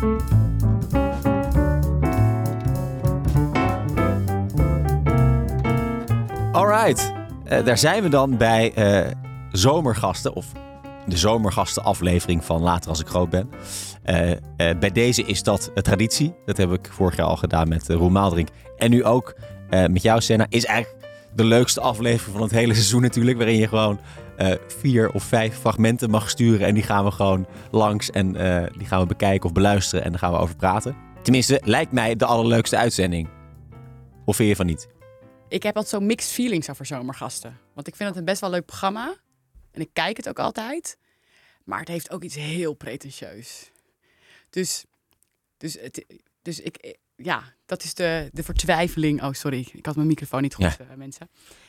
Alright, daar zijn we dan bij Zomergasten, of de Zomergasten-aflevering van Later als ik groot ben. Bij deze is dat traditie. Dat heb ik vorig jaar al gedaan met Roel Maaldrink. En nu ook met jou, Senna. Is eigenlijk de leukste aflevering van het hele seizoen natuurlijk. Waarin je gewoon 4 of 5 fragmenten mag sturen. En die gaan we gewoon langs en die gaan we bekijken of beluisteren. En daar gaan we over praten. Tenminste, lijkt mij de allerleukste uitzending. Of vind je van niet? Ik heb altijd zo mixed feelings over Zomergasten. Want ik vind het een best wel leuk programma. En ik kijk het ook altijd. Maar het heeft ook iets heel pretentieus. Dus ik, ja, dat is de vertwijfeling. Oh, sorry, ik had mijn microfoon niet goed, mensen.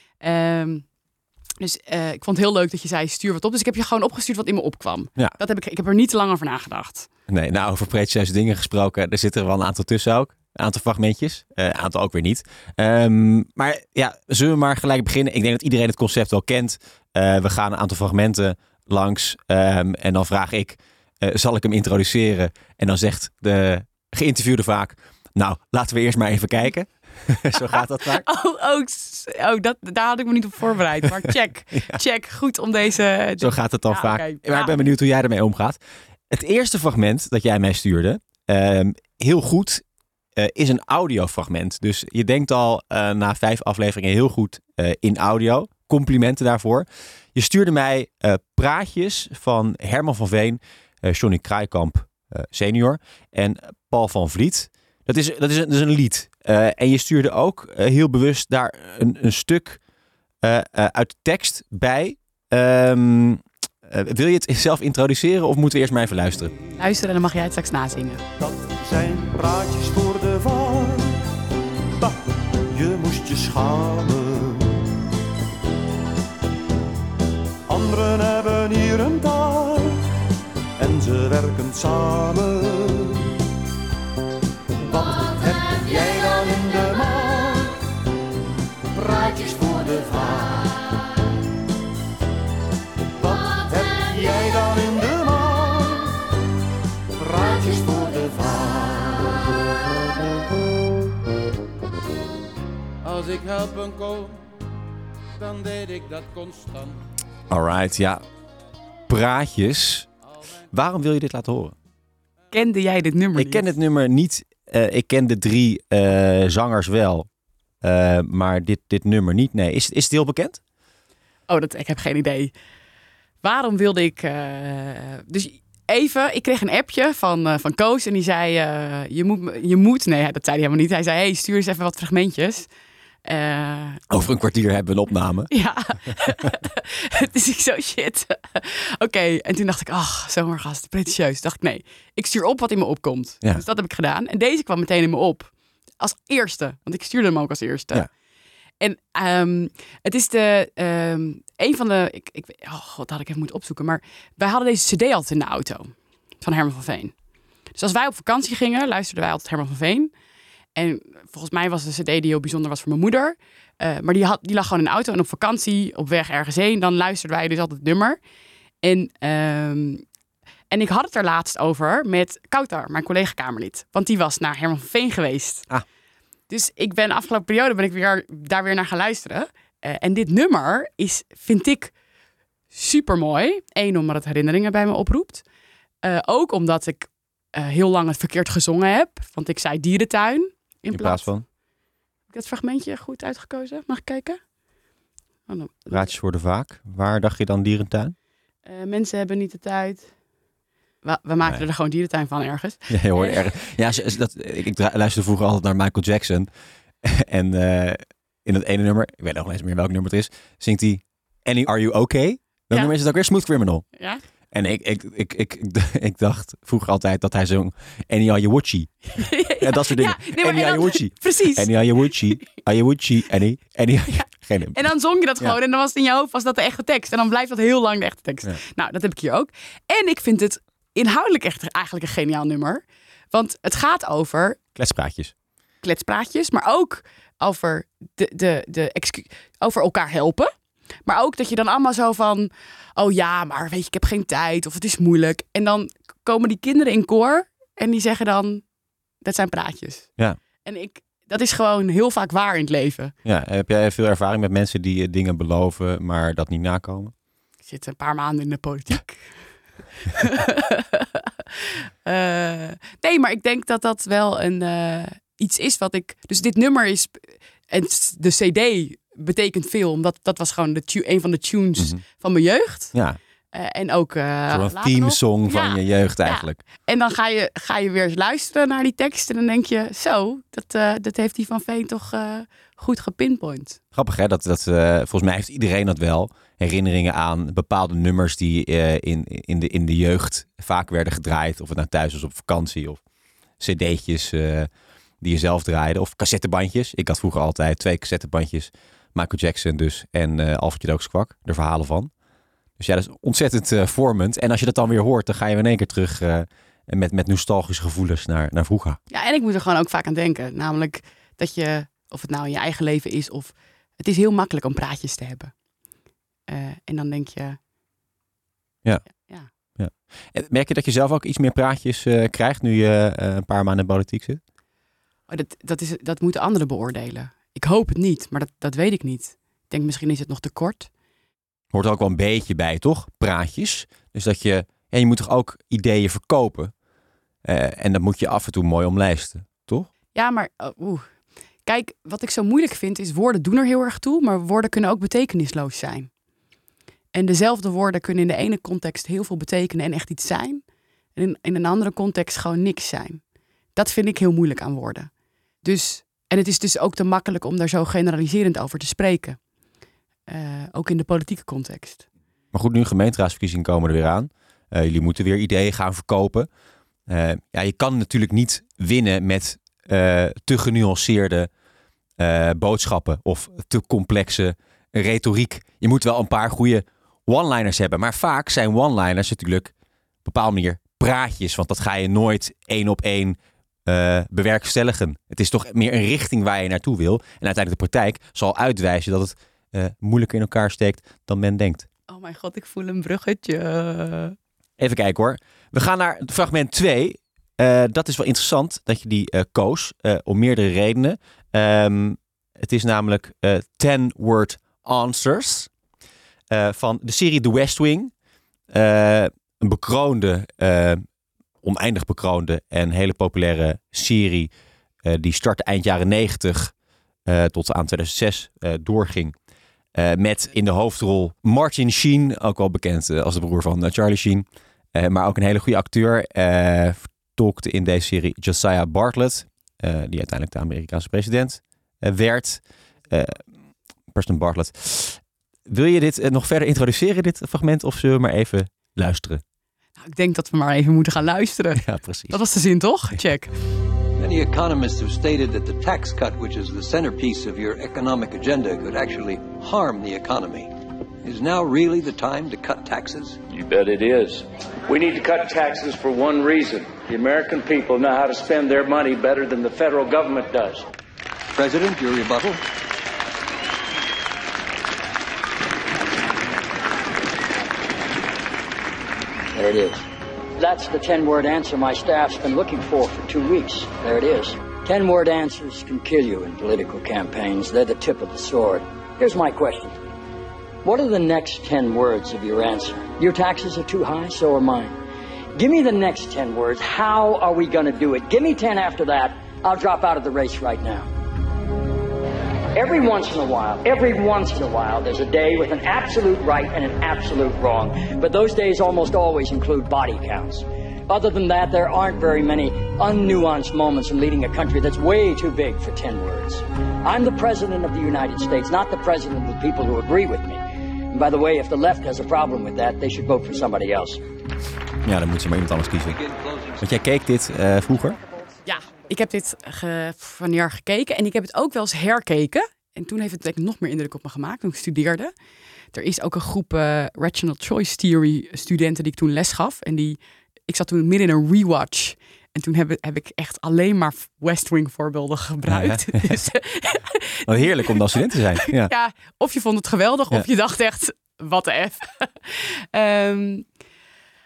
Dus ik vond het heel leuk dat je zei, stuur wat op. Dus ik heb je gewoon opgestuurd wat in me opkwam. Ja. Ik heb er niet te lang over nagedacht. Nee, nou, over pretentieuze dingen gesproken. Er zitten er wel een aantal tussen ook. Een aantal fragmentjes. Een aantal ook weer niet. Maar ja, zullen we maar gelijk beginnen? Ik denk dat iedereen het concept wel kent. We gaan een aantal fragmenten langs. En dan vraag ik, zal ik hem introduceren? En dan zegt de geïnterviewde vaak, nou, laten we eerst maar even kijken. Zo gaat dat vaak. Daar had ik me niet op voorbereid. Maar check. Goed om deze... Zo gaat het dan vaak. Okay. Maar ik ben benieuwd hoe jij ermee omgaat. Het eerste fragment dat jij mij stuurde, heel goed, is een audiofragment. Dus je denkt al na 5 afleveringen heel goed in audio. Complimenten daarvoor. Je stuurde mij praatjes van Herman van Veen, Johnny Kraaikamp senior en Paul van Vliet. Dat is een lied. En je stuurde ook heel bewust daar een stuk uit de tekst bij. Wil je het zelf introduceren of moeten we eerst maar even luisteren? Luisteren en dan mag jij het straks nazingen. Dat zijn praatjes voor de vaart. Bah, je moest je schamen. Anderen hebben hier een taart en ze werken samen. Wat heb jij dan in de maag? Praatjes voor de vaart. Wat heb jij dan in de maag? Praatjes voor de vaart. Als ik helpen kon, dan deed ik dat constant. Alright, ja. Praatjes. Waarom wil je dit laten horen? Kende jij dit nummer niet? Ik ken het nummer niet. Ik ken de 3 zangers wel. Maar dit nummer niet. Nee. Is het heel bekend? Ik heb geen idee. Waarom wilde ik... Dus even, ik kreeg een appje van Koos en die zei... je moet... Nee, dat zei hij helemaal niet. Hij zei, hey, stuur eens even wat fragmentjes. Over een kwartier hebben we een opname. Ja. Dus ik zo, shit. Oké. En toen dacht ik, Zomergast, pretentieus. Dacht ik, nee, ik stuur op wat in me opkomt. Ja. Dus dat heb ik gedaan. En deze kwam meteen in me op. Als eerste. Want ik stuurde hem ook als eerste. Ja. En het is een van de... dat had ik even moeten opzoeken. Maar wij hadden deze cd altijd in de auto. Van Herman van Veen. Dus als wij op vakantie gingen, luisterden wij altijd Herman van Veen. En volgens mij was de cd die heel bijzonder was voor mijn moeder. Maar die lag gewoon in de auto. En op vakantie, op weg ergens heen, dan luisterden wij dus altijd het nummer. En ik had het er laatst over met Kautar, mijn collega-kamerlid. Want die was naar Herman van Veen geweest. Ah. Dus de afgelopen periode ben ik daar weer naar gaan luisteren. En dit nummer vind ik super mooi. 1, omdat het herinneringen bij me oproept. Ook omdat ik heel lang het verkeerd gezongen heb. Want ik zei dierentuin. In plaats van? Heb ik dat fragmentje goed uitgekozen? Mag ik kijken? Praatjes worden vaak. Waar dacht je dan dierentuin? Mensen hebben niet de tijd. We maken er gewoon dierentuin van ergens. Ja, je hoort ergens. Ja, ik luisterde vroeger altijd naar Michael Jackson. En in dat ene nummer, ik weet nog niet eens meer welk nummer het is, zingt hij Annie, are you okay? Dat nummer is het ook weer Smooth Criminal. Ja. En ik dacht vroeger altijd dat hij zong Annie, are you watchie? Ja, dat soort dingen. Annie, are you watchie? Precies. Annie, are you watchie? Annie. Geen. En dan zong je dat gewoon en dan was het in je hoofd was dat de echte tekst. En dan blijft dat heel lang de echte tekst. Ja. Nou, dat heb ik hier ook. En ik vind het inhoudelijk echt eigenlijk een geniaal nummer. Want het gaat over... Kletspraatjes, maar ook over over elkaar helpen. Maar ook dat je dan allemaal zo van... Oh ja, maar weet je, ik heb geen tijd. Of het is moeilijk. En dan komen die kinderen in koor. En die zeggen dan, dat zijn praatjes. Ja. En dat is gewoon heel vaak waar in het leven. Ja, heb jij veel ervaring met mensen die dingen beloven, maar dat niet nakomen? Ik zit een paar maanden in de politiek. Nee, maar ik denk dat dat wel iets is wat ik... Dus dit nummer is... En de CD betekent veel, omdat dat was gewoon een van de tunes van mijn jeugd. Ja. En ook... Zo'n themesong van je jeugd eigenlijk. Ja. En dan ga je weer eens luisteren naar die tekst. En dan denk je, zo, dat heeft die Van Veen toch goed gepinpoint. Grappig hè, dat volgens mij heeft iedereen dat wel. Herinneringen aan bepaalde nummers die in de jeugd vaak werden gedraaid. Of het nou thuis was op vakantie of cd'tjes die je zelf draaide. Of cassettebandjes. Ik had vroeger altijd 2 cassettebandjes. Michael Jackson dus en Alfred Dookskwak. De verhalen van. Dus ja, dat is ontzettend vormend. En als je dat dan weer hoort, dan ga je in één keer terug met nostalgische gevoelens naar vroeger. Ja, en ik moet er gewoon ook vaak aan denken. Namelijk dat je, of het nou in je eigen leven is, of het is heel makkelijk om praatjes te hebben. En dan denk je... Ja. En merk je dat je zelf ook iets meer praatjes krijgt nu je een paar maanden in de politiek zit? Dat moeten anderen beoordelen. Ik hoop het niet, maar dat weet ik niet. Ik denk misschien is het nog te kort. Hoort er ook wel een beetje bij, toch? Praatjes. Dus dat je moet toch ook ideeën verkopen. En dat moet je af en toe mooi omlijsten, toch? Ja, maar kijk, wat ik zo moeilijk vind is woorden doen er heel erg toe, maar woorden kunnen ook betekenisloos zijn. En dezelfde woorden kunnen in de ene context heel veel betekenen en echt iets zijn. En in een andere context gewoon niks zijn. Dat vind ik heel moeilijk aan woorden. En het is dus ook te makkelijk om daar zo generaliserend over te spreken. Ook in de politieke context. Maar goed, nu gemeenteraadsverkiezingen komen er weer aan. Jullie moeten weer ideeën gaan verkopen. Je kan natuurlijk niet winnen met te genuanceerde boodschappen of te complexe retoriek. Je moet wel een paar goede one-liners hebben. Maar vaak zijn one-liners natuurlijk op een bepaalde manier praatjes. Want dat ga je nooit 1 op 1 bewerkstelligen. Het is toch meer een richting waar je naartoe wil. En uiteindelijk de praktijk zal uitwijzen dat het moeilijker in elkaar steekt dan men denkt. Oh mijn god, ik voel een bruggetje. Even kijken hoor. We gaan naar fragment 2. Dat is wel interessant dat je die koos. Om meerdere redenen. Het is namelijk 10-word answers. Van de serie The West Wing. Een bekroonde, oneindig bekroonde en hele populaire serie. Die startte eind jaren 90 tot aan 2006 doorging. Met in de hoofdrol Martin Sheen, ook wel bekend als de broer van Charlie Sheen. Maar ook een hele goede acteur. Vertolkte in deze serie Josiah Bartlet, die uiteindelijk de Amerikaanse president werd. President Bartlet. Wil je dit nog verder introduceren, dit fragment, of zullen we maar even luisteren? Nou, ik denk dat we maar even moeten gaan luisteren. Ja, precies. Dat was de zin, toch? Check. Many economists have stated that the tax cut, which is the centerpiece of your economic agenda, could actually harm the economy. Is now really the time to cut taxes? You bet it is. We need to cut taxes for one reason. The American people know how to spend their money better than the federal government does. President, your rebuttal. There it is. That's the 10-word answer my staff's been looking for 2 weeks. There it is. 10-word answers can kill you in political campaigns. They're the tip of the sword. Here's my question. What are the next 10 words of your answer? Your taxes are too high, so are mine. Give me the next 10 words. How are we going to do it? Give me 10 after that. I'll drop out of the race right now. Every once in a while, there's a day with an absolute right and an absolute wrong. But those days almost always include body counts. Other than that, there aren't very many unnuanced moments in leading a country that's way too big for 10 words. I'm the president of the United States, not the president of the people who agree with me. And by the way, if the left has a problem with that, they should vote for somebody else. Ja, dan moet ze maar iemand anders kiezen. Want jij keek dit vroeger? Ja, ik heb dit van een jaar gekeken en ik heb het ook wel eens herkeken. En toen heeft het denk ik nog meer indruk op me gemaakt toen ik studeerde. Er is ook een groep Rational Choice Theory studenten die ik toen les gaf. En ik zat toen midden in een rewatch. En toen heb ik echt alleen maar West Wing voorbeelden gebruikt. Ja. Dus, wat heerlijk om dan student te zijn. Ja. Ja, of je vond het geweldig of je dacht echt, wat de F.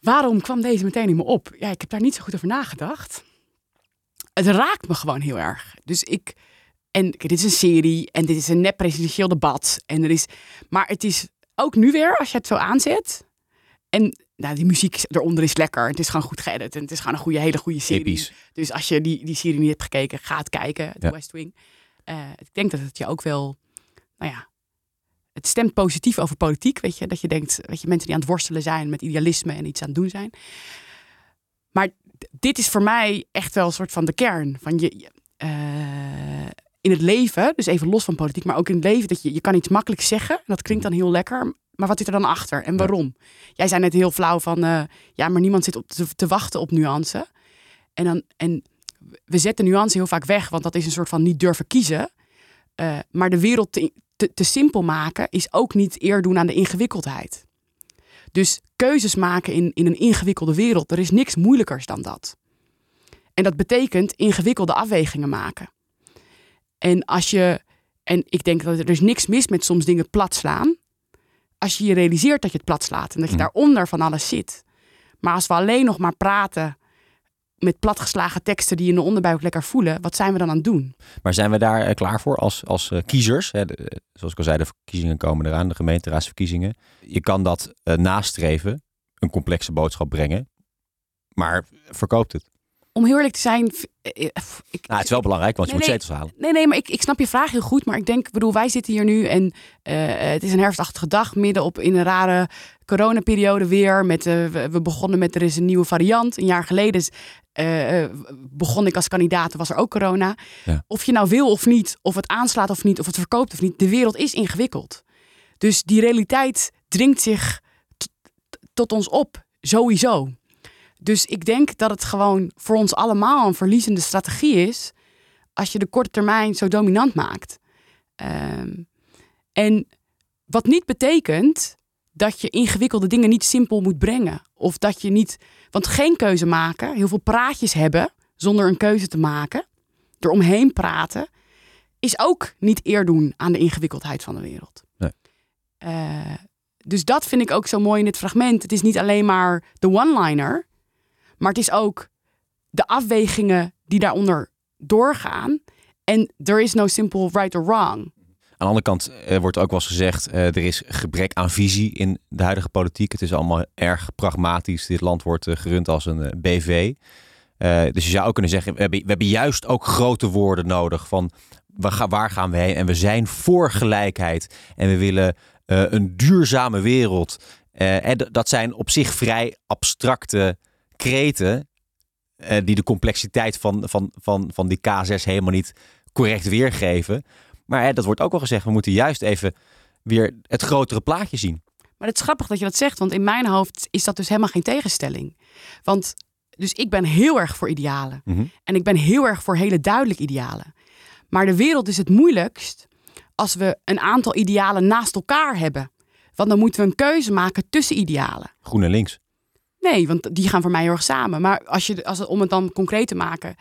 Waarom kwam deze meteen in me op? Ja, ik heb daar niet zo goed over nagedacht. Het raakt me gewoon heel erg. Dus dit is een serie en dit is een nep presidentieel debat. Maar het is ook nu weer, als je het zo aanzet. En die muziek eronder is lekker. Het is gewoon goed geëdit. En het is gewoon een hele goede serie. Episch. Dus als je die serie niet hebt gekeken, ga het kijken. The West Wing. Ik denk dat het je ook wel... het stemt positief over politiek. Weet je? Dat je denkt, mensen die aan het worstelen zijn met idealisme en iets aan het doen zijn. Maar dit is voor mij echt wel een soort van de kern. Van in het leven, dus even los van politiek, maar ook in het leven, dat je kan iets makkelijk zeggen. En dat klinkt dan heel lekker. Maar wat zit er dan achter en waarom? Jij zei net heel flauw van, maar niemand zit te wachten op nuance. En we zetten nuance heel vaak weg, want dat is een soort van niet durven kiezen. Maar de wereld te simpel maken is ook niet eer doen aan de ingewikkeldheid. Dus keuzes maken in een ingewikkelde wereld, er is niks moeilijkers dan dat. En dat betekent ingewikkelde afwegingen maken. En ik denk dat er is niks mis met soms dingen plat slaan. Als je realiseert dat je het plat slaat en dat je daaronder van alles zit. Maar als we alleen nog maar praten met platgeslagen teksten die in de onderbuik lekker voelen, wat zijn we dan aan het doen? Maar zijn we daar klaar voor als kiezers? Zoals ik al zei, de verkiezingen komen eraan, de gemeenteraadsverkiezingen. Je kan dat nastreven, een complexe boodschap brengen, maar verkoopt het? Om heel eerlijk te zijn... het is wel belangrijk, want je moet zetels halen. Nee, maar ik snap je vraag heel goed. Maar ik denk, wij zitten hier nu en het is een herfstachtige dag. Midden in een rare coronaperiode weer. We begonnen met, er is een nieuwe variant. Een jaar geleden begon ik als kandidaat, was er ook corona. Ja. Of je nou wil of niet, of het aanslaat of niet, of het verkoopt of niet. De wereld is ingewikkeld. Dus die realiteit dringt zich tot ons op, sowieso. Dus ik denk dat het gewoon voor ons allemaal een verliezende strategie is als je de korte termijn zo dominant maakt. En wat niet betekent dat je ingewikkelde dingen niet simpel moet brengen. Of dat je niet... Want geen keuze maken, heel veel praatjes hebben zonder een keuze te maken, eromheen praten, is ook niet eer doen aan de ingewikkeldheid van de wereld. Nee. Dus dat vind ik ook zo mooi in dit fragment. Het is niet alleen maar de one-liner, maar het is ook de afwegingen die daaronder doorgaan. En there is no simple right or wrong. Aan de andere kant wordt ook wel eens gezegd, er is gebrek aan visie in de huidige politiek. Het is allemaal erg pragmatisch. Dit land wordt gerund als een BV. Dus je zou ook kunnen zeggen, we hebben juist ook grote woorden nodig van waar gaan we heen? En we zijn voor gelijkheid. En we willen een duurzame wereld. En dat zijn op zich vrij abstracte kreten die de complexiteit van die K6 helemaal niet correct weergeven. Maar dat wordt ook wel gezegd, we moeten juist even weer het grotere plaatje zien. Maar het is grappig dat je dat zegt, want in mijn hoofd is dat dus helemaal geen tegenstelling. Dus ik ben heel erg voor idealen. Mm-hmm. En ik ben heel erg voor hele duidelijke idealen. Maar de wereld is het moeilijkst als we een aantal idealen naast elkaar hebben. Want dan moeten we een keuze maken tussen idealen. Groen en links. Nee, want die gaan voor mij heel erg samen. Maar om het dan concreet te maken.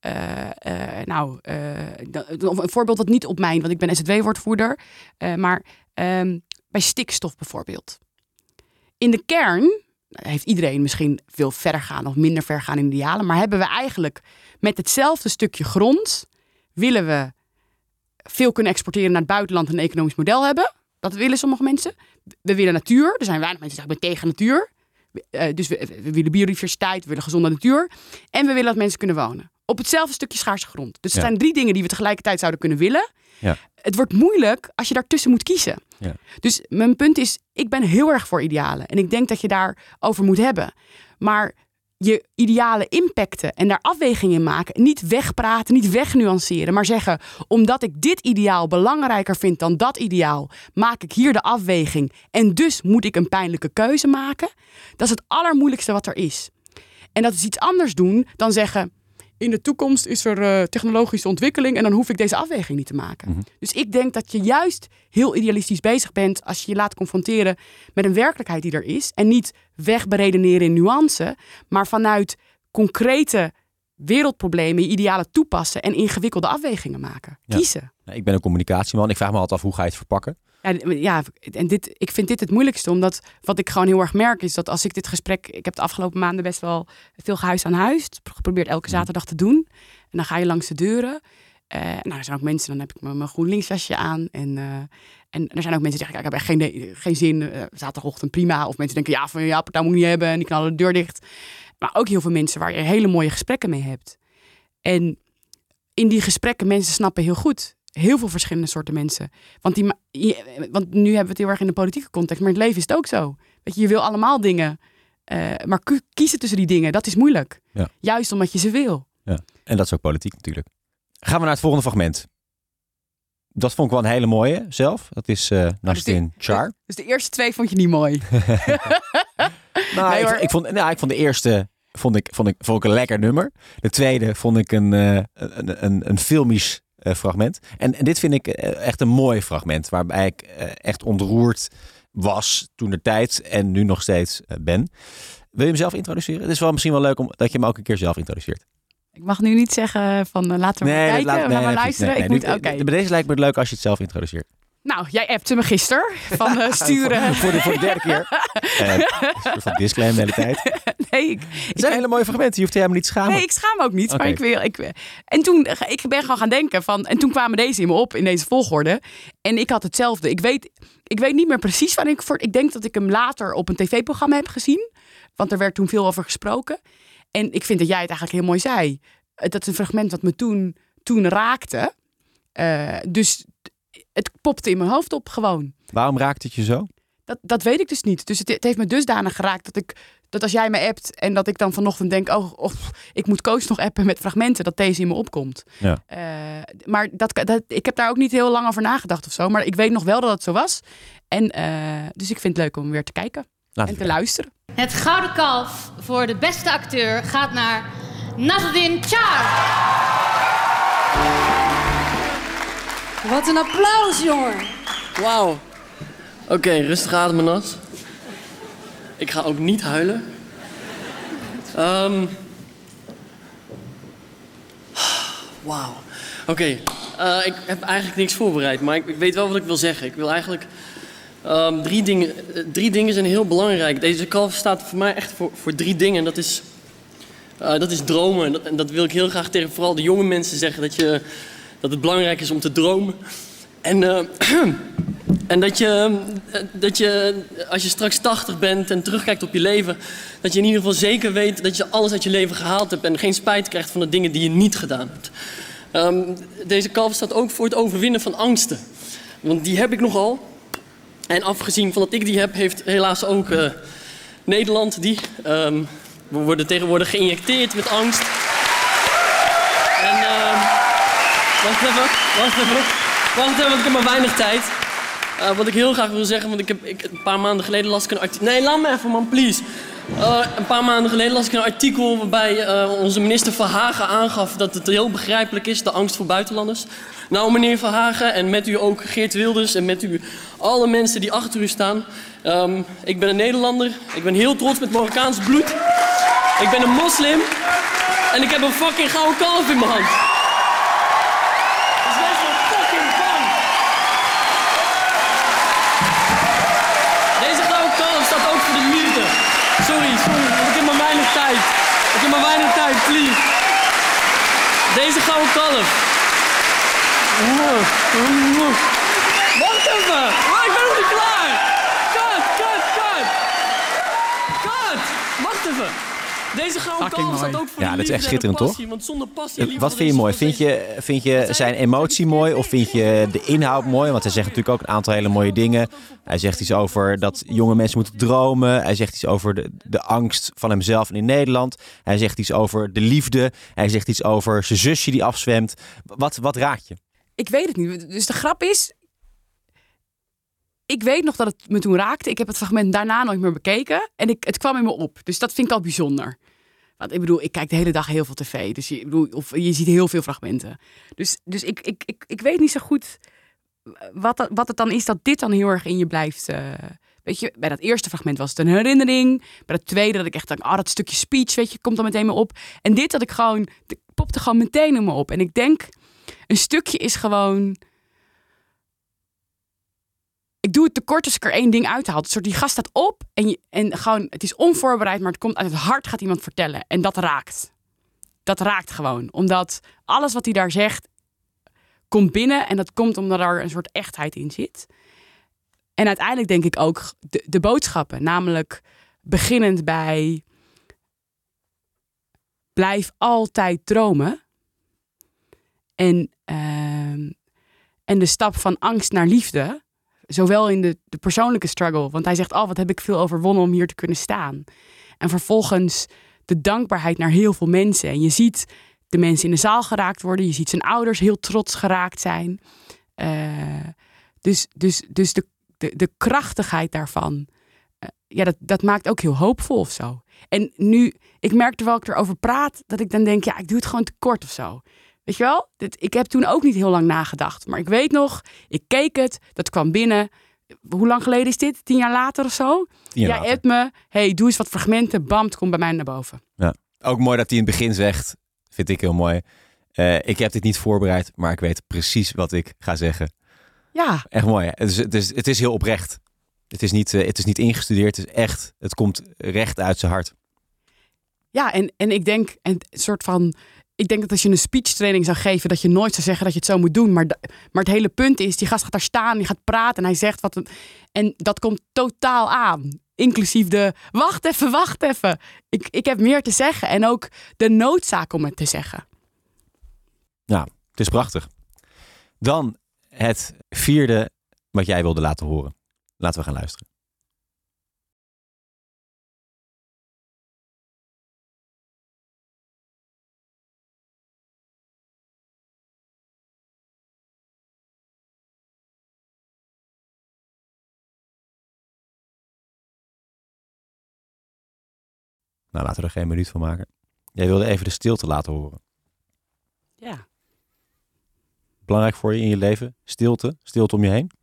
Een voorbeeld dat niet op mijn, want ik ben SZW-woordvoerder. Maar bij stikstof bijvoorbeeld. In de kern heeft iedereen misschien veel verder gaan of minder ver gaan in idealen. Maar hebben we eigenlijk met hetzelfde stukje grond, willen we veel kunnen exporteren naar het buitenland en een economisch model hebben. Dat willen sommige mensen. We willen natuur. Er zijn weinig mensen die zeggen, ik ben tegen natuur. Dus we willen biodiversiteit, we willen gezonde natuur. En we willen dat mensen kunnen wonen. Op hetzelfde stukje schaarse grond. Dus er zijn 3 dingen die we tegelijkertijd zouden kunnen willen. Ja. Het wordt moeilijk als je daartussen moet kiezen. Ja. Dus mijn punt is, ik ben heel erg voor idealen. En ik denk dat je daarover moet hebben. Maar je idealen impacten en daar afwegingen in maken. Niet wegpraten, niet wegnuanceren. Maar zeggen, omdat ik dit ideaal belangrijker vind dan dat ideaal, maak ik hier de afweging. En dus moet ik een pijnlijke keuze maken. Dat is het allermoeilijkste wat er is. En dat is iets anders doen dan zeggen, in de toekomst is er technologische ontwikkeling en dan hoef ik deze afweging niet te maken. Mm-hmm. Dus ik denk dat je juist heel idealistisch bezig bent als je je laat confronteren met een werkelijkheid die er is. En niet wegberedeneren in nuance, maar vanuit concrete wereldproblemen je idealen toepassen en ingewikkelde afwegingen maken. Ja. Kiezen. Ik ben een communicatieman. Ik vraag me altijd af, hoe ga je het verpakken? En ik vind dit het moeilijkste. Omdat wat ik gewoon heel erg merk is dat als ik dit gesprek... Ik heb de afgelopen maanden best wel veel gehuis aan huis. Geprobeerd elke zaterdag te doen. En dan ga je langs de deuren. Er zijn ook mensen, dan heb ik mijn GroenLinks vestje aan. En er zijn ook mensen die zeggen, ik heb echt geen zin. Zaterdagochtend prima. Of mensen denken, partij moet ik niet hebben. En die knallen de deur dicht. Maar ook heel veel mensen waar je hele mooie gesprekken mee hebt. En in die gesprekken, mensen snappen heel goed. Heel veel verschillende soorten mensen. Want nu hebben we het heel erg in de politieke context. Maar in het leven is het ook zo. Weet je wil allemaal dingen. Maar kiezen tussen die dingen, dat is moeilijk. Ja. Juist omdat je ze wil. Ja. En dat is ook politiek natuurlijk. Gaan we naar het volgende fragment. Dat vond ik wel een hele mooie zelf. Dat is Nasrin Char. Dus de eerste 2 vond je niet mooi? Ik vond de eerste vond ik een lekker nummer. De tweede vond ik een filmisch fragment. En dit vind ik echt een mooi fragment. Waarbij ik echt ontroerd was toen de tijd en nu nog steeds ben. Wil je hem zelf introduceren? Het is wel misschien wel leuk dat je hem ook een keer zelf introduceert. Ik mag nu niet zeggen van laten we kijken, maar luisteren. Bij deze lijkt me het leuk als je het zelf introduceert. Nou, jij appte me gisteren van sturen. voor de derde keer. Van disclaimer de hele tijd. Nee, het zijn hele mooie fragmenten. Je hoeft je helemaal niet te schamen. Nee, ik schaam me ook niet. Okay. Maar en toen ik ben gewoon gaan denken en toen kwamen deze in me op in deze volgorde. En ik had hetzelfde. Ik weet niet meer precies wanneer ik denk dat ik hem later op een tv-programma heb gezien. Want er werd toen veel over gesproken. En ik vind dat jij het eigenlijk heel mooi zei. Dat is een fragment wat me toen raakte. Dus het popte in mijn hoofd op gewoon. Waarom raakt het je zo? Dat weet ik dus niet. Dus het heeft me dusdanig geraakt dat als jij me appt en dat ik dan vanochtend denk, ik moet Koos nog appen met fragmenten, dat deze in me opkomt. Ja. Maar ik heb daar ook niet heel lang over nagedacht of zo. Maar ik weet nog wel dat het zo was. En dus ik vind het leuk om weer te kijken en te luisteren. Het Gouden Kalf voor de beste acteur gaat naar Nasrin Char. Wat een applaus, jongen. Wauw. Oké, rustig ademen, Nas. Ik ga ook niet huilen. Wauw. Oké, ik heb eigenlijk niks voorbereid, maar ik weet wel wat ik wil zeggen. Ik wil eigenlijk... Drie dingen zijn heel belangrijk. Deze kalf staat voor mij echt voor 3 dingen. Dat is dromen. En dat wil ik heel graag tegen vooral de jonge mensen zeggen. Dat het belangrijk is om te dromen. En dat je, als je straks 80 bent en terugkijkt op je leven... dat je in ieder geval zeker weet dat je alles uit je leven gehaald hebt... en geen spijt krijgt van de dingen die je niet gedaan hebt. Deze kalf staat ook voor het overwinnen van angsten. Want die heb ik nogal... En afgezien van dat ik die heb, heeft helaas ook Nederland die. We worden tegenwoordig geïnjecteerd met angst. En wacht even, want ik heb maar weinig tijd. Wat ik heel graag wil zeggen, want een paar maanden geleden las ik een artikel... Nee, laat me even man, please. Een paar maanden geleden las ik een artikel waarbij onze minister Verhagen aangaf dat het heel begrijpelijk is, de angst voor buitenlanders. Nou, meneer Verhagen, en met u ook Geert Wilders en met u alle mensen die achter u staan. Ik ben een Nederlander, ik ben heel trots met Marokkaans bloed. Ik ben een moslim en ik heb een fucking gouden kalf in mijn hand. Dus wees maar fucking bang. Deze gouden kalf staat ook voor de liefde. Sorry, ik heb maar weinig tijd. Please. Deze gouden kalf. Wacht even! Ik ben nog niet klaar! Cut! Wacht even! Deze gouden kalf staat ook voor de dat is echt schitterend, passie, toch? Want zonder passie, wat vind je mooi? Vind je zijn emotie mooi of vind je de inhoud mooi? Want hij zegt natuurlijk ook een aantal hele mooie dingen. Hij zegt iets over dat jonge mensen moeten dromen. Hij zegt iets over de angst van hemzelf en in Nederland. Hij zegt iets over de liefde. Hij zegt iets over zijn zusje die afzwemt. Wat raakt je? Ik weet het niet. Dus de grap is... Ik weet nog dat het me toen raakte. Ik heb het fragment daarna nooit meer bekeken. En het kwam in me op. Dus dat vind ik al bijzonder. Want ik bedoel, ik kijk de hele dag heel veel tv. Dus je ziet heel veel fragmenten. Dus ik weet niet zo goed wat het dan is dat dit dan heel erg in je blijft. Weet je, bij dat eerste fragment was het een herinnering. Bij dat tweede dat ik echt dacht, dat stukje speech, weet je, komt dan meteen me op. En dit dat popte gewoon meteen in me op. En ik denk, een stukje is gewoon... ik doe het tekort als ik er 1 ding uithaal. Een soort, die gast staat op en gewoon, het is onvoorbereid, maar het komt uit het hart, gaat iemand vertellen. En dat raakt. Dat raakt gewoon. Omdat alles wat hij daar zegt, komt binnen. En dat komt omdat er een soort echtheid in zit. En uiteindelijk denk ik ook de boodschappen. Namelijk beginnend bij blijf altijd dromen. En de stap van angst naar liefde. Zowel in de persoonlijke struggle. Want hij zegt, wat heb ik veel overwonnen om hier te kunnen staan. En vervolgens de dankbaarheid naar heel veel mensen. En je ziet de mensen in de zaal geraakt worden. Je ziet zijn ouders heel trots geraakt zijn. Dus de krachtigheid daarvan. Dat maakt ook heel hoopvol of zo. En nu, ik merk terwijl ik erover praat, dat ik dan denk, ik doe het gewoon te kort of zo. Weet je wel? Ik heb toen ook niet heel lang nagedacht. Maar ik weet nog, ik keek het, dat kwam binnen. Hoe lang geleden is dit? 10 jaar later of zo? Jij appt me, hey, doe eens wat fragmenten. Bam, het komt bij mij naar boven. Ja. Ook mooi dat hij in het begin zegt, vind ik heel mooi. Ik heb dit niet voorbereid, maar ik weet precies wat ik ga zeggen. Ja. Echt mooi. Het is heel oprecht. Het is niet ingestudeerd. Het is echt, het komt recht uit zijn hart. Ja, en ik denk, ik denk dat als je een speechtraining zou geven, dat je nooit zou zeggen dat je het zo moet doen. Maar het hele punt is, die gast gaat daar staan, die gaat praten en hij zegt wat. En dat komt totaal aan. Inclusief de, wacht even. Ik heb meer te zeggen. En ook de noodzaak om het te zeggen. Ja, het is prachtig. Dan het 4e wat jij wilde laten horen. Laten we gaan luisteren. Nou, laten we er geen minuut van maken. Jij wilde even de stilte laten horen. Ja. Belangrijk voor je in je leven? Stilte? Stilte om je heen?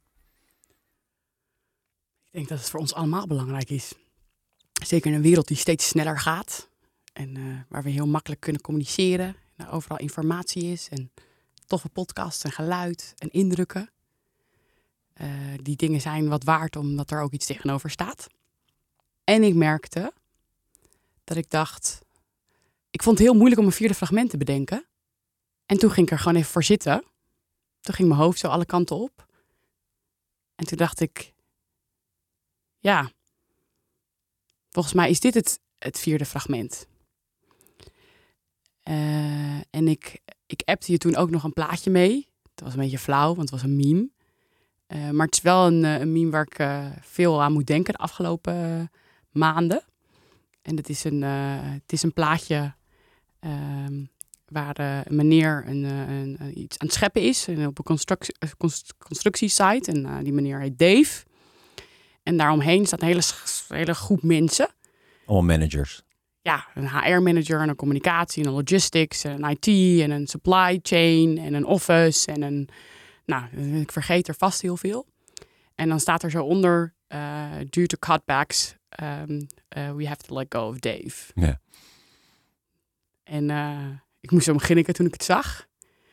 Ik denk dat het voor ons allemaal belangrijk is. Zeker in een wereld die steeds sneller gaat. En waar we heel makkelijk kunnen communiceren. En overal informatie is. En toffe podcasts en geluid en indrukken. Die dingen zijn wat waard omdat er ook iets tegenover staat. En ik merkte dat ik dacht, ik vond het heel moeilijk om een 4e fragment te bedenken. En toen ging ik er gewoon even voor zitten. Toen ging mijn hoofd zo alle kanten op. En toen dacht ik, ja, volgens mij is dit het 4e fragment. En ik appte je toen ook nog een plaatje mee. Het was een beetje flauw, want het was een meme. Maar het is wel een meme waar ik veel aan moet denken de afgelopen maanden. En het is een plaatje waar een meneer iets aan het scheppen is. Op een constructiesite. En die meneer heet Dave. En daaromheen staat een hele groep mensen. Allemaal managers. Ja, een HR-manager en een communicatie en een logistics en een IT en een supply chain en een office en een... Nou, ik vergeet er vast heel veel. En dan staat er zo onder, due to cutbacks, we have to let go of Dave. Ja. En ik moest zo grinniken toen ik het zag.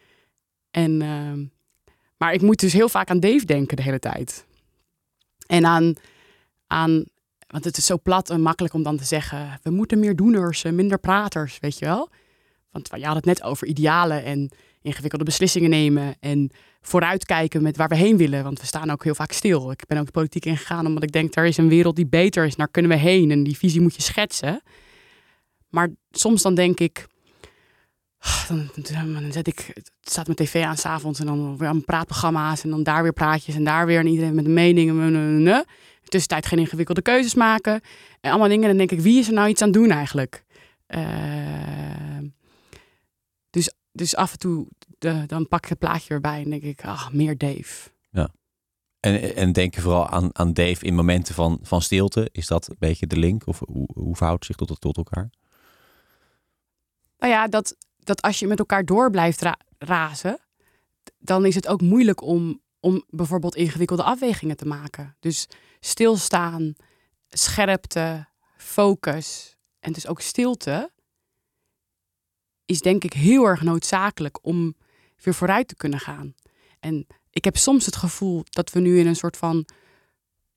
Maar ik moet dus heel vaak aan Dave denken de hele tijd. En aan want het is zo plat en makkelijk om dan te zeggen, we moeten meer doeners, minder praters, weet je wel. Want je had het net over idealen en ingewikkelde beslissingen nemen en vooruitkijken met waar we heen willen. Want we staan ook heel vaak stil. Ik ben ook de politiek ingegaan omdat ik denk, er is een wereld die beter is. Daar kunnen we heen en die visie moet je schetsen. Maar soms dan denk ik, dan zet ik, het staat mijn tv aan 's avonds en dan weer aan praatprogramma's en dan daar weer praatjes en daar weer en iedereen met een mening. In de tussentijd geen ingewikkelde keuzes maken en allemaal dingen. Dan denk ik, wie is er nou iets aan het doen eigenlijk? Dus af en toe dan pak ik het plaatje erbij en denk ik, meer Dave. Ja. En denk je vooral aan Dave in momenten van stilte? Is dat een beetje de link? Of hoe verhoudt zich tot elkaar? Nou ja, dat als je met elkaar door blijft razen, dan is het ook moeilijk om bijvoorbeeld ingewikkelde afwegingen te maken. Dus stilstaan, scherpte, focus en dus ook stilte is denk ik heel erg noodzakelijk om weer vooruit te kunnen gaan. En ik heb soms het gevoel dat we nu in een soort van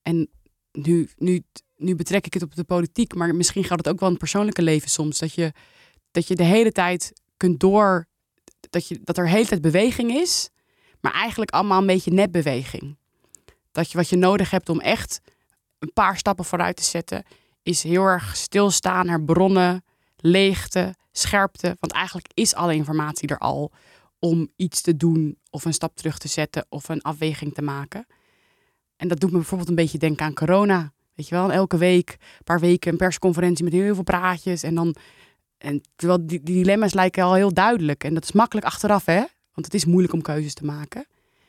En nu betrek ik het op de politiek, maar misschien gaat het ook wel in het persoonlijke leven soms. Dat je de hele tijd kunt dat er de hele tijd beweging is, maar eigenlijk allemaal een beetje nepbeweging. Dat je wat je nodig hebt om echt een paar stappen vooruit te zetten, is heel erg stilstaan naar bronnen, leegte, scherpte. Want eigenlijk is alle informatie er al om iets te doen of een stap terug te zetten of een afweging te maken. En dat doet me bijvoorbeeld een beetje denken aan corona. Weet je wel, elke week, een paar weken een persconferentie met heel veel praatjes. En terwijl die dilemma's lijken al heel duidelijk. En dat is makkelijk achteraf, hè? Want het is moeilijk om keuzes te maken.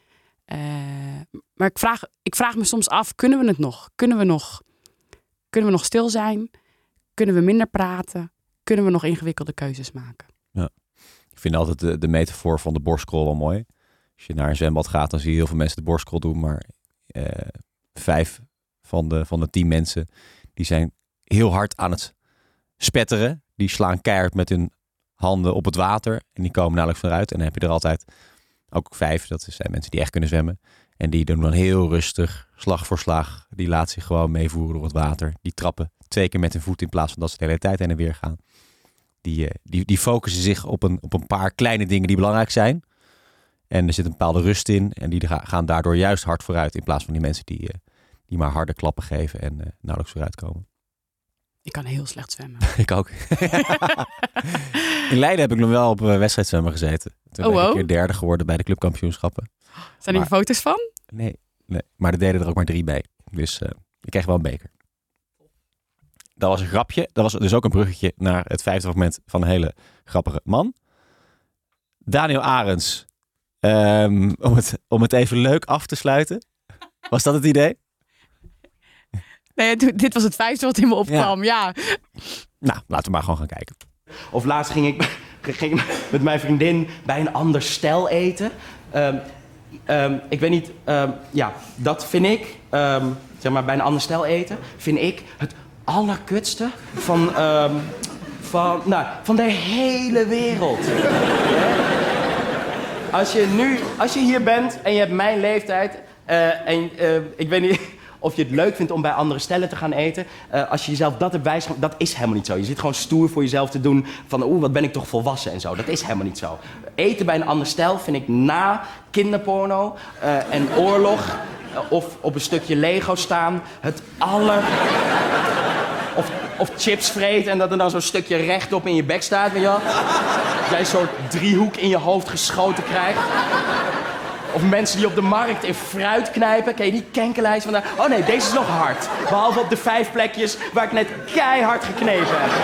Maar ik vraag me soms af, kunnen we het nog? Kunnen we nog stil zijn? Kunnen we minder praten? Kunnen we nog ingewikkelde keuzes maken? Ja. Ik vind altijd de metafoor van de borstcrawl wel mooi. Als je naar een zwembad gaat, dan zie je heel veel mensen de borstcrawl doen. Maar 5 van de 10 mensen, die zijn heel hard aan het spetteren. Die slaan keihard met hun handen op het water. En die komen namelijk vooruit. En dan heb je er altijd ook 5. Dat zijn mensen die echt kunnen zwemmen. En die doen dan heel rustig, slag voor slag. Die laten zich gewoon meevoeren door het water. Die trappen 2 keer met hun voet in plaats van dat ze de hele tijd heen en weer gaan. Die focussen zich op een paar kleine dingen die belangrijk zijn. En er zit een bepaalde rust in. En die gaan daardoor juist hard vooruit. In plaats van die mensen die maar harde klappen geven en nauwelijks vooruit komen. Ik kan heel slecht zwemmen. Ik ook. In Leiden heb ik nog wel op wedstrijdzwemmen gezeten. Toen ben ik een keer 3e geworden bij de clubkampioenschappen. Zijn er foto's van? Nee. Maar er deden er ook maar 3 bij. Dus ik kreeg wel een beker. Dat was een grapje. Dat was dus ook een bruggetje naar het 5e fragment van een hele grappige man. Daniel Arends. Om het even leuk af te sluiten. Was dat het idee? Nee, dit was het 5e wat in me opkwam, ja. Nou, laten we maar gewoon gaan kijken. Of laatst ging ik met mijn vriendin bij een ander stel eten. Ik weet niet, dat vind ik, zeg maar bij een ander stel eten, vind ik het allerkutste van de hele wereld. Als je hier bent en je hebt mijn leeftijd ik weet niet of je het leuk vindt om bij andere stellen te gaan eten. Als je jezelf dat hebt wijsgemaakt, dat is helemaal niet zo. Je zit gewoon stoer voor jezelf te doen van wat ben ik toch volwassen en zo. Dat is helemaal niet zo. Eten bij een ander stel vind ik na kinderporno en oorlog of op een stukje Lego staan het Of chips vreten en dat er dan zo'n stukje rechtop in je bek staat, weet je wel. Dat jij zo'n driehoek in je hoofd geschoten krijgt. Of mensen die op de markt in fruit knijpen. Ken je die kenkenlijst van daar? Oh nee, deze is nog hard. Behalve op de 5 plekjes waar ik net keihard geknepen heb.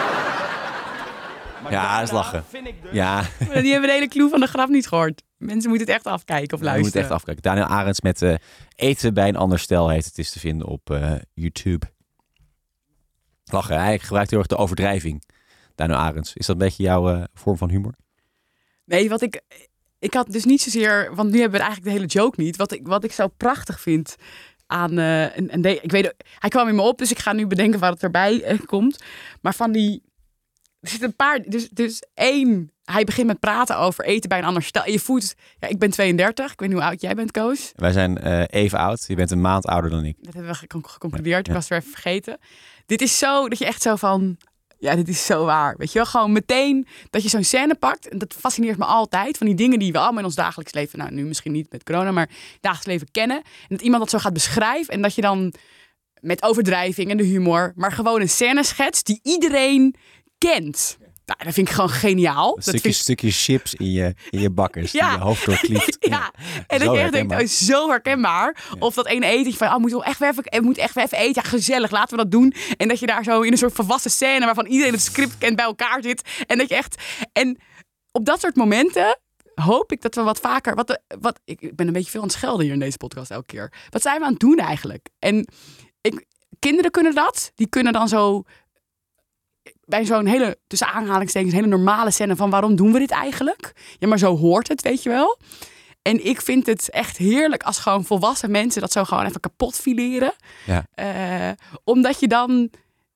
Maar ja, dat is lachen. Dus... Ja. Maar die hebben de hele clue van de grap niet gehoord. Mensen moeten het echt afkijken of luisteren. Je moet het echt afkijken. Daniel Arends met eten bij een ander stel heet het. Is te vinden op YouTube. Lachen, hij gebruikt heel erg de overdrijving. Daniel Arends. Is dat een beetje jouw vorm van humor? Nee, ik had dus niet zozeer, want nu hebben we eigenlijk de hele joke niet. Wat ik zo prachtig vind aan... ik weet, hij kwam in me op, dus ik ga nu bedenken waar het erbij komt. Maar van die... Er zitten een paar... Dus 1, hij begint met praten over eten bij een ander stel. Je voelt... Ja, ik ben 32. Ik weet niet hoe oud jij bent, Koos. Wij zijn even oud. Je bent een maand ouder dan ik. Dat hebben we geconcludeerd. Ik was er even vergeten. Dit is zo, dat je echt zo van... Ja, dit is zo waar. Weet je wel, gewoon meteen dat je zo'n scène pakt. En dat fascineert me altijd. Van die dingen die we allemaal in ons dagelijks leven... Nou, nu misschien niet met corona, maar dagelijks leven kennen. En dat iemand dat zo gaat beschrijven. En dat je dan met overdrijving en de humor... maar gewoon een scène schetst die iedereen kent. Nou, dat vind ik gewoon geniaal. Stukje chips in je bakkers, die je hoofd doorklieft. Ja, en dat je echt denkt, zo herkenbaar. Ja. Of dat ene etentje van, moet echt even eten. Ja, gezellig, laten we dat doen. En dat je daar zo in een soort volwassen scène... waarvan iedereen het script kent bij elkaar zit. En dat je echt... En op dat soort momenten hoop ik dat we wat vaker... Ik ben een beetje veel aan het schelden hier in deze podcast elke keer. Wat zijn we aan het doen eigenlijk? En kinderen kunnen dat. Die kunnen dan zo... bij zo'n hele, tussen aanhalingstekens, hele normale scène van waarom doen we dit eigenlijk? Ja, maar zo hoort het, weet je wel. En ik vind het echt heerlijk als gewoon volwassen mensen dat zo gewoon even kapot fileren. Ja. Omdat je dan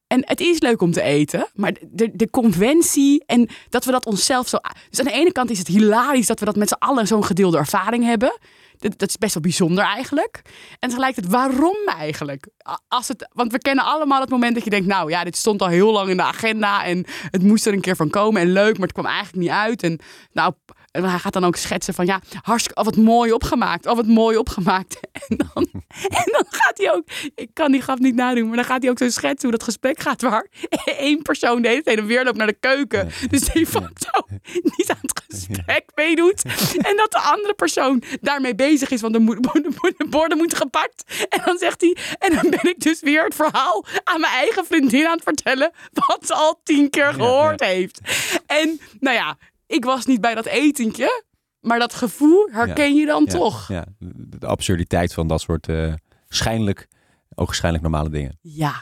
En het is leuk om te eten, maar de conventie en dat we dat onszelf zo... Dus aan de ene kant is het hilarisch dat we dat met z'n allen zo'n gedeelde ervaring hebben. Dat is best wel bijzonder eigenlijk. En tegelijkertijd, waarom eigenlijk? Want we kennen allemaal het moment dat je denkt... nou ja, dit stond al heel lang in de agenda en het moest er een keer van komen en leuk, maar het kwam eigenlijk niet uit. En nou... En hij gaat dan ook schetsen van ja, hartstikke, wat mooi opgemaakt. Wat mooi opgemaakt. En dan gaat hij ook, ik kan die grap niet nadoen, maar dan gaat hij ook zo schetsen hoe dat gesprek gaat waar één persoon de hele tijd weer loopt naar de keuken. Dus de facto niet aan het gesprek meedoet. En dat de andere persoon daarmee bezig is, want de borden moeten gepakt. En dan zegt hij, en dan ben ik dus weer het verhaal aan mijn eigen vriendin aan het vertellen, wat ze al 10 keer gehoord heeft. En nou ja, ik was niet bij dat etentje, maar dat gevoel herken je dan toch. Ja, de absurditeit van dat soort ogenschijnlijk normale dingen. Ja.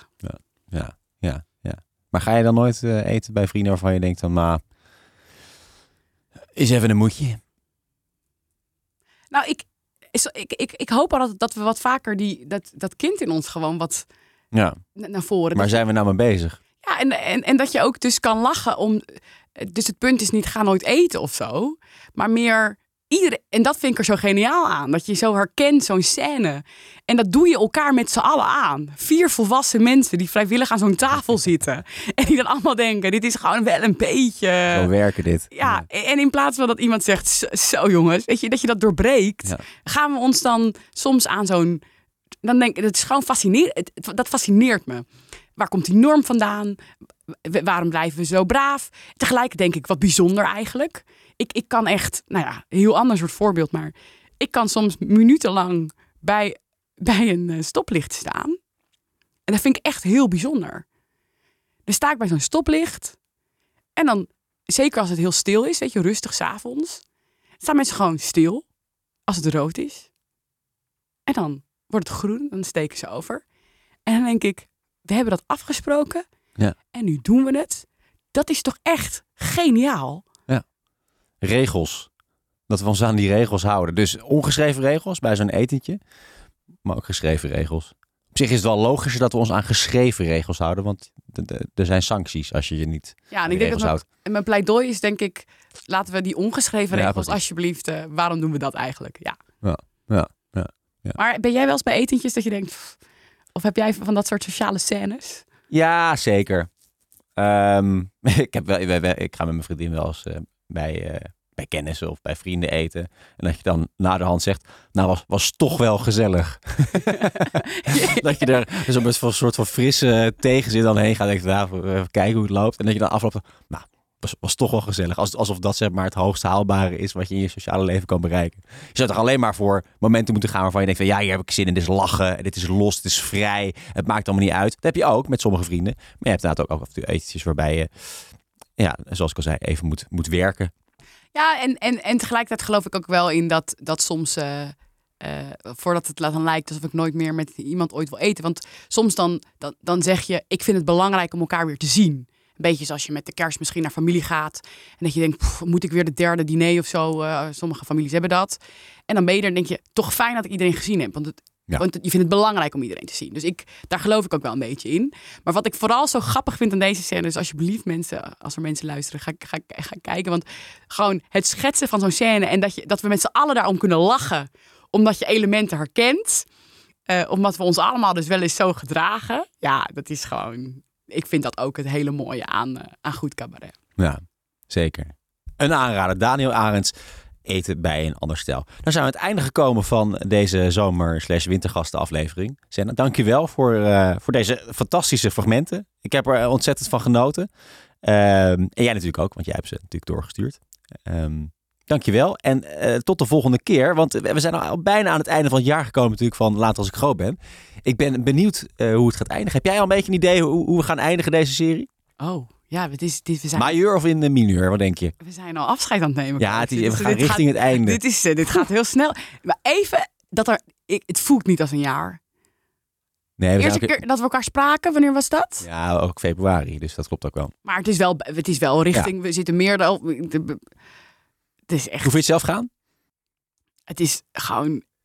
Maar ga je dan nooit eten bij vrienden waarvan je denkt dan, is even een moedje? Nou, ik hoop al dat we wat vaker dat kind in ons gewoon wat naar voren... Maar zijn we nou mee bezig? Ja, en dat je ook dus kan lachen om... Dus het punt is niet, ga nooit eten of zo. Maar meer iedereen. En dat vind ik er zo geniaal aan. Dat je zo herkent, zo'n scène. En dat doe je elkaar met z'n allen aan. 4 volwassen mensen die vrijwillig aan zo'n tafel zitten. En die dan allemaal denken, dit is gewoon wel een beetje... Zo werken dit. Ja, en in plaats van dat iemand zegt, zo jongens, weet je, dat je dat doorbreekt. Ja. Gaan we ons dan soms aan zo'n... Dan denk ik, dat is gewoon fascinerend. Dat fascineert me. Waar komt die norm vandaan? Waarom blijven we zo braaf? Tegelijk denk ik, wat bijzonder eigenlijk. Ik kan echt, nou ja, een heel ander soort voorbeeld, maar ik kan soms minutenlang bij een stoplicht staan. En dat vind ik echt heel bijzonder. Dan sta ik bij zo'n stoplicht. En dan, zeker als het heel stil is, weet je, rustig 's avonds, staan mensen gewoon stil als het rood is. En dan wordt het groen, dan steken ze over. En dan denk ik, we hebben dat afgesproken. Ja. En nu doen we het. Dat is toch echt geniaal? Ja. Regels. Dat we ons aan die regels houden. Dus ongeschreven regels bij zo'n etentje. Maar ook geschreven regels. Op zich is het wel logischer dat we ons aan geschreven regels houden. Want er zijn sancties als je je niet aan die regels houdt. En mijn pleidooi is denk ik, laten we die ongeschreven regels alsjeblieft. Waarom doen we dat eigenlijk? Ja. Maar ben jij wel eens bij etentjes dat je denkt... Of heb jij van dat soort sociale scènes? Ja, zeker. Ik ga met mijn vriendin wel eens bij kennissen of bij vrienden eten. En dat je dan na de hand zegt, nou was toch wel gezellig. Dat je er zo met een soort van frisse tegenzin dan heen gaat. En denkt, even kijken hoe het loopt. En dat je dan afloopt, nou, was toch wel gezellig. Alsof dat zeg maar het hoogst haalbare is wat je in je sociale leven kan bereiken. Je zou toch alleen maar voor momenten moeten gaan waarvan je denkt van ja, hier heb ik zin in, dit is lachen, dit is los, dit is vrij, het maakt allemaal niet uit. Dat heb je ook met sommige vrienden. Maar je hebt inderdaad ook af en toe etentjes waarbij je, ja, zoals ik al zei, even moet werken. Ja, en tegelijkertijd geloof ik ook wel in dat soms... voordat het dan lijkt alsof ik nooit meer met iemand ooit wil eten. Want soms dan zeg je, ik vind het belangrijk om elkaar weer te zien. Een beetje zoals je met de kerst misschien naar familie gaat. En dat je denkt, moet ik weer de 3e diner of zo? Sommige families hebben dat. En dan ben je er en denk je, toch fijn dat ik iedereen gezien heb. Want je vindt het belangrijk om iedereen te zien. Dus daar geloof ik ook wel een beetje in. Maar wat ik vooral zo grappig vind aan deze scène... is alsjeblieft mensen, als er mensen luisteren, ga kijken. Want gewoon het schetsen van zo'n scène... en dat we met z'n allen daarom kunnen lachen... omdat je elementen herkent... omdat we ons allemaal dus wel eens zo gedragen. Ja, dat is gewoon... Ik vind dat ook het hele mooie aan goed cabaret. Ja, zeker. Een aanrader. Daniel Arends, eten bij een ander stel. Dan zijn we aan het einde gekomen van deze zomer/wintergastenaflevering. Senna, dank je wel voor deze fantastische fragmenten. Ik heb er ontzettend van genoten. En jij natuurlijk ook, want jij hebt ze natuurlijk doorgestuurd. Dank je wel. En tot de volgende keer. Want we zijn al bijna aan het einde van het jaar gekomen natuurlijk van Later als ik groot ben. Ik ben benieuwd hoe het gaat eindigen. Heb jij al een beetje een idee hoe we gaan eindigen deze serie? Oh, ja. We zijn... Majeur of in de mineur? Wat denk je? We zijn al afscheid aan het nemen. Ja, we gaan richting het einde. Dit gaat heel snel. Maar even, het voelt niet als een jaar. Nee, de eerste keer dat we elkaar spraken, wanneer was dat? Ja, ook februari. Dus dat klopt ook wel. Maar het is wel richting... Ja. We zitten meer... Het is echt... Hoe vind je het zelf gaan? Het is gewoon...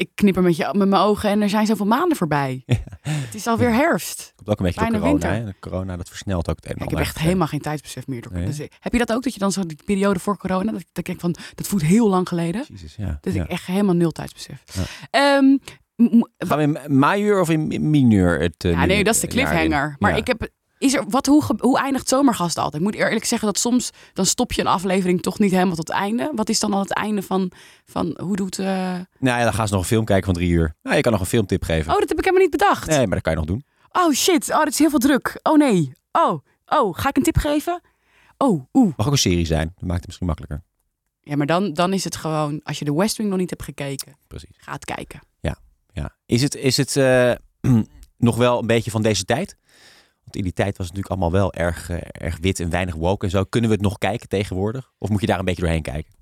ik knipper met mijn ogen en er zijn zoveel maanden voorbij. Ja. Het is alweer herfst. Komt ook een beetje door corona. Hè? De corona, dat versnelt ook het een en ander. Ik heb echt helemaal geen tijdsbesef meer. Nee. Dus, heb je dat ook, dat je dan zo die periode voor corona, dat ik denk van, dat voelt heel lang geleden. Jezus, ja. Dus ik echt helemaal 0 tijdsbesef. Ja. Gaan we in majuur of in minuur? Nee, dat is de cliffhanger. Maar ik heb... Hoe eindigt Zomergasten altijd? Ik moet eerlijk zeggen dat soms dan stop je een aflevering toch niet helemaal tot het einde. Wat is dan al het einde van hoe doet... Nou ja, dan gaan ze nog een film kijken van 3 uur. Nou, je kan nog een filmtip geven. Oh, dat heb ik helemaal niet bedacht. Nee, maar dat kan je nog doen. Oh shit, dat is heel veel druk. Oh nee. Oh, ga ik een tip geven? Mag ook een serie zijn, dat maakt het misschien makkelijker. Ja, maar dan is het gewoon, als je de West Wing nog niet hebt gekeken, precies. Ga het kijken. Ja. Is het nog wel een beetje van deze tijd? Want in die tijd was het natuurlijk allemaal wel erg wit en weinig woke en zo. Kunnen we het nog kijken tegenwoordig? Of moet je daar een beetje doorheen kijken?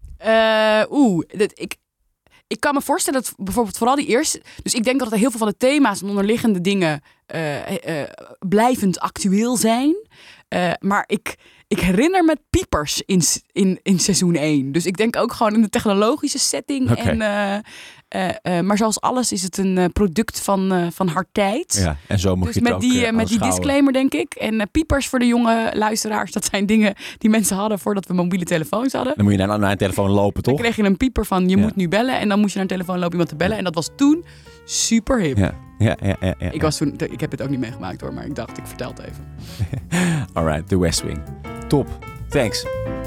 Ik kan me voorstellen dat bijvoorbeeld vooral die eerste... Dus ik denk dat er heel veel van de thema's en onderliggende dingen blijvend actueel zijn. Maar ik herinner me piepers in seizoen 1. Dus ik denk ook gewoon in de technologische setting. Okay. Maar zoals alles is het een product van haar tijd. Ja, en zo moet je het ook met die disclaimer, denk ik. En piepers voor de jonge luisteraars, dat zijn dingen die mensen hadden voordat we mobiele telefoons hadden. Dan moet je naar een telefoon lopen, toch? Dan kreeg je een pieper van je moet nu bellen. En dan moest je naar een telefoon lopen iemand te bellen. En dat was toen super hip. Ja. Ik heb het ook niet meegemaakt hoor, maar ik dacht, ik vertel het even. Alright, The West Wing. Top. Thanks.